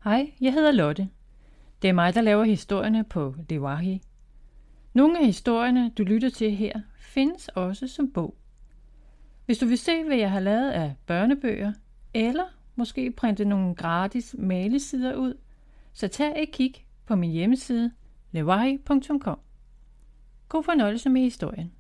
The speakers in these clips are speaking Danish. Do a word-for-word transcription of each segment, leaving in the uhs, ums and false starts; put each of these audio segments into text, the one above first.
Hej, jeg hedder Lotte. Det er mig, der laver historierne på Lewahi. Nogle af historierne, du lytter til her, findes også som bog. Hvis du vil se, hvad jeg har lavet af børnebøger, eller måske printe nogle gratis malesider ud, så tag et kig på min hjemmeside lewahi punktum com. God fornøjelse med historien.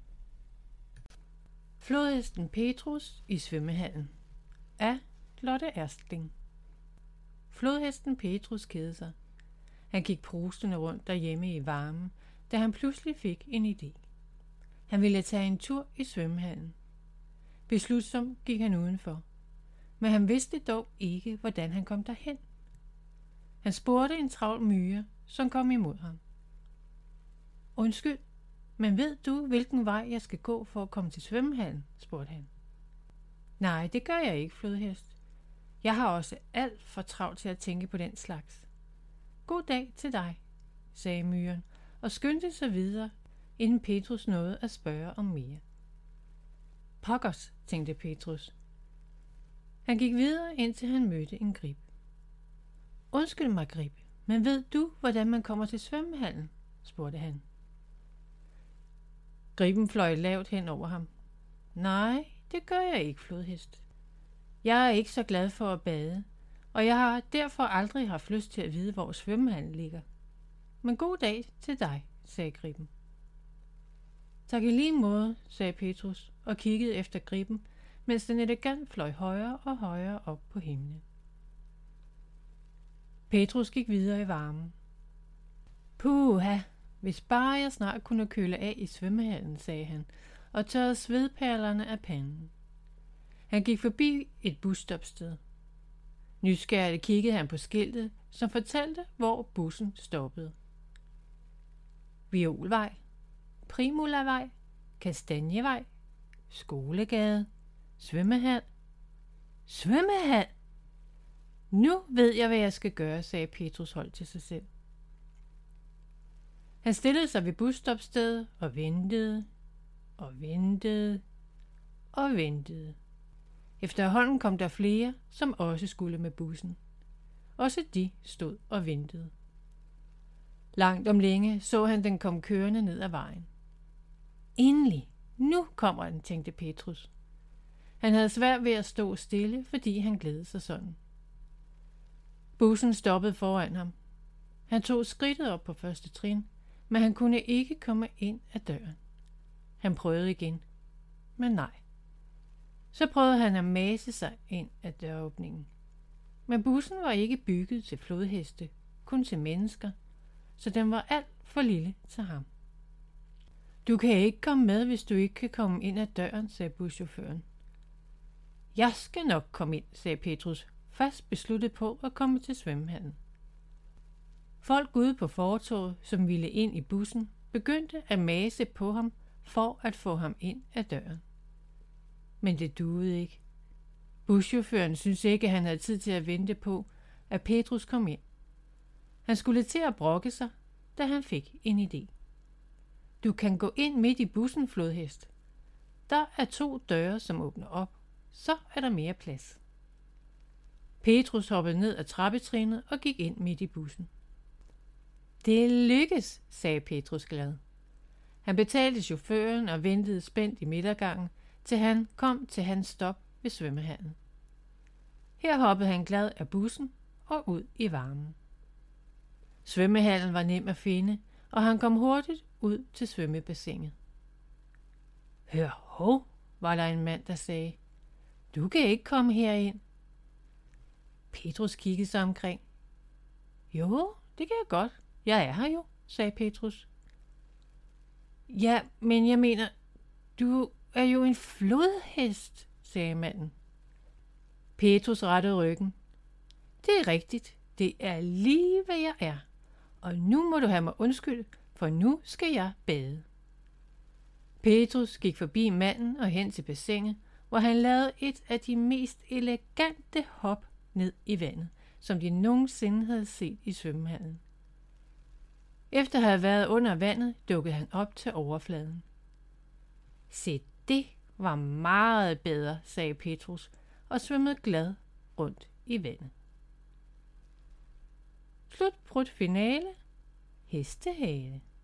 Flodhesten Petrus i svømmehallen af Lotte Erstling. Flodhesten Petrus kedede sig. Han gik prostende rundt derhjemme i varmen, da han pludselig fik en idé. Han ville tage en tur i svømmehallen. Beslutsom gik han udenfor, men han vidste dog ikke, hvordan han kom derhen. Han spurgte en travl myre, som kom imod ham. Undskyld, men ved du, hvilken vej jeg skal gå for at komme til svømmehallen? Spurgte han. Nej, det gør jeg ikke, flodhest. Jeg har også alt for travlt til at tænke på den slags. God dag til dig, sagde myren, og skyndte sig videre, inden Petrus nåede at spørge om mere. Pokkers, tænkte Petrus. Han gik videre, indtil han mødte en grib. Undskyld mig, grib, men ved du, hvordan man kommer til svømmehallen? Spurgte han. Griben fløj lavt hen over ham. Nej, det gør jeg ikke, flodhest. Jeg er ikke så glad for at bade, og jeg har derfor aldrig haft lyst til at vide, hvor svømmehallen ligger. Men god dag til dig, sagde griben. Tak i lige måde, sagde Petrus og kiggede efter griben, mens den elegant fløj højere og højere op på himlen. Petrus gik videre i varmen. Puha, hvis bare jeg snart kunne køle af i svømmehallen, sagde han, og tørrede svedperlerne af panden. Han gik forbi et busstopsted. Nysgerrigt kiggede han på skiltet, som fortalte, hvor bussen stoppede. Violvej, Primulavej, Kastanjevej, Skolegade, svømmehal. Svømmehal! Nu ved jeg, hvad jeg skal gøre, sagde Petrus holdt til sig selv. Han stillede sig ved busstopstedet og ventede og ventede og ventede. Efterhånden kom der flere, som også skulle med bussen. Også de stod og ventede. Langt om længe så han den komme kørende ned ad vejen. Endelig, nu kommer den, tænkte Petrus. Han havde svært ved at stå stille, fordi han glædede sig sådan. Bussen stoppede foran ham. Han tog skridtet op på første trin, men han kunne ikke komme ind ad døren. Han prøvede igen, men nej. Så prøvede han at mase sig ind ad døråbningen. Men bussen var ikke bygget til flodheste, kun til mennesker, så den var alt for lille til ham. Du kan ikke komme med, hvis du ikke kan komme ind ad døren, sagde buschaufføren. Jeg skal nok komme ind, sagde Petrus, fast besluttet på at komme til svømmehallen. Folk ude på fortovet, som ville ind i bussen, begyndte at mase på ham for at få ham ind ad døren. Men det duede ikke. Buschaufføren syntes ikke, at han havde tid til at vente på, at Petrus kom ind. Han skulle til at brokke sig, da han fik en idé. Du kan gå ind midt i bussen, flodhest. Der er to døre, som åbner op. Så er der mere plads. Petrus hoppede ned ad trappetrinet og gik ind midt i bussen. Det lykkes, sagde Petrus glad. Han betalte chaufføren og ventede spændt i midtergangen, til han kom til hans stop ved svømmehallen. Her hoppede han glad af bussen og ud i varmen. Svømmehallen var nem at finde, og han kom hurtigt ud til svømmebassinet. Hør hov, var der en mand, der sagde. Du kan ikke komme herind. Petrus kiggede sig omkring. Jo, det kan jeg godt. Jeg er her jo, sagde Petrus. Ja, men jeg mener, du er jo en flodhest, sagde manden. Petrus rettede ryggen. Det er rigtigt. Det er lige, hvad jeg er. Og nu må du have mig undskyld, for nu skal jeg bade. Petrus gik forbi manden og hen til bassinet, hvor han lavede et af de mest elegante hop ned i vandet, som de nogensinde havde set i svømmehallen. Efter at have været under vandet, dukkede han op til overfladen. Se, det var meget bedre, sagde Petrus og svømmede glad rundt i vandet. Slut, prut, finale. Hestehale.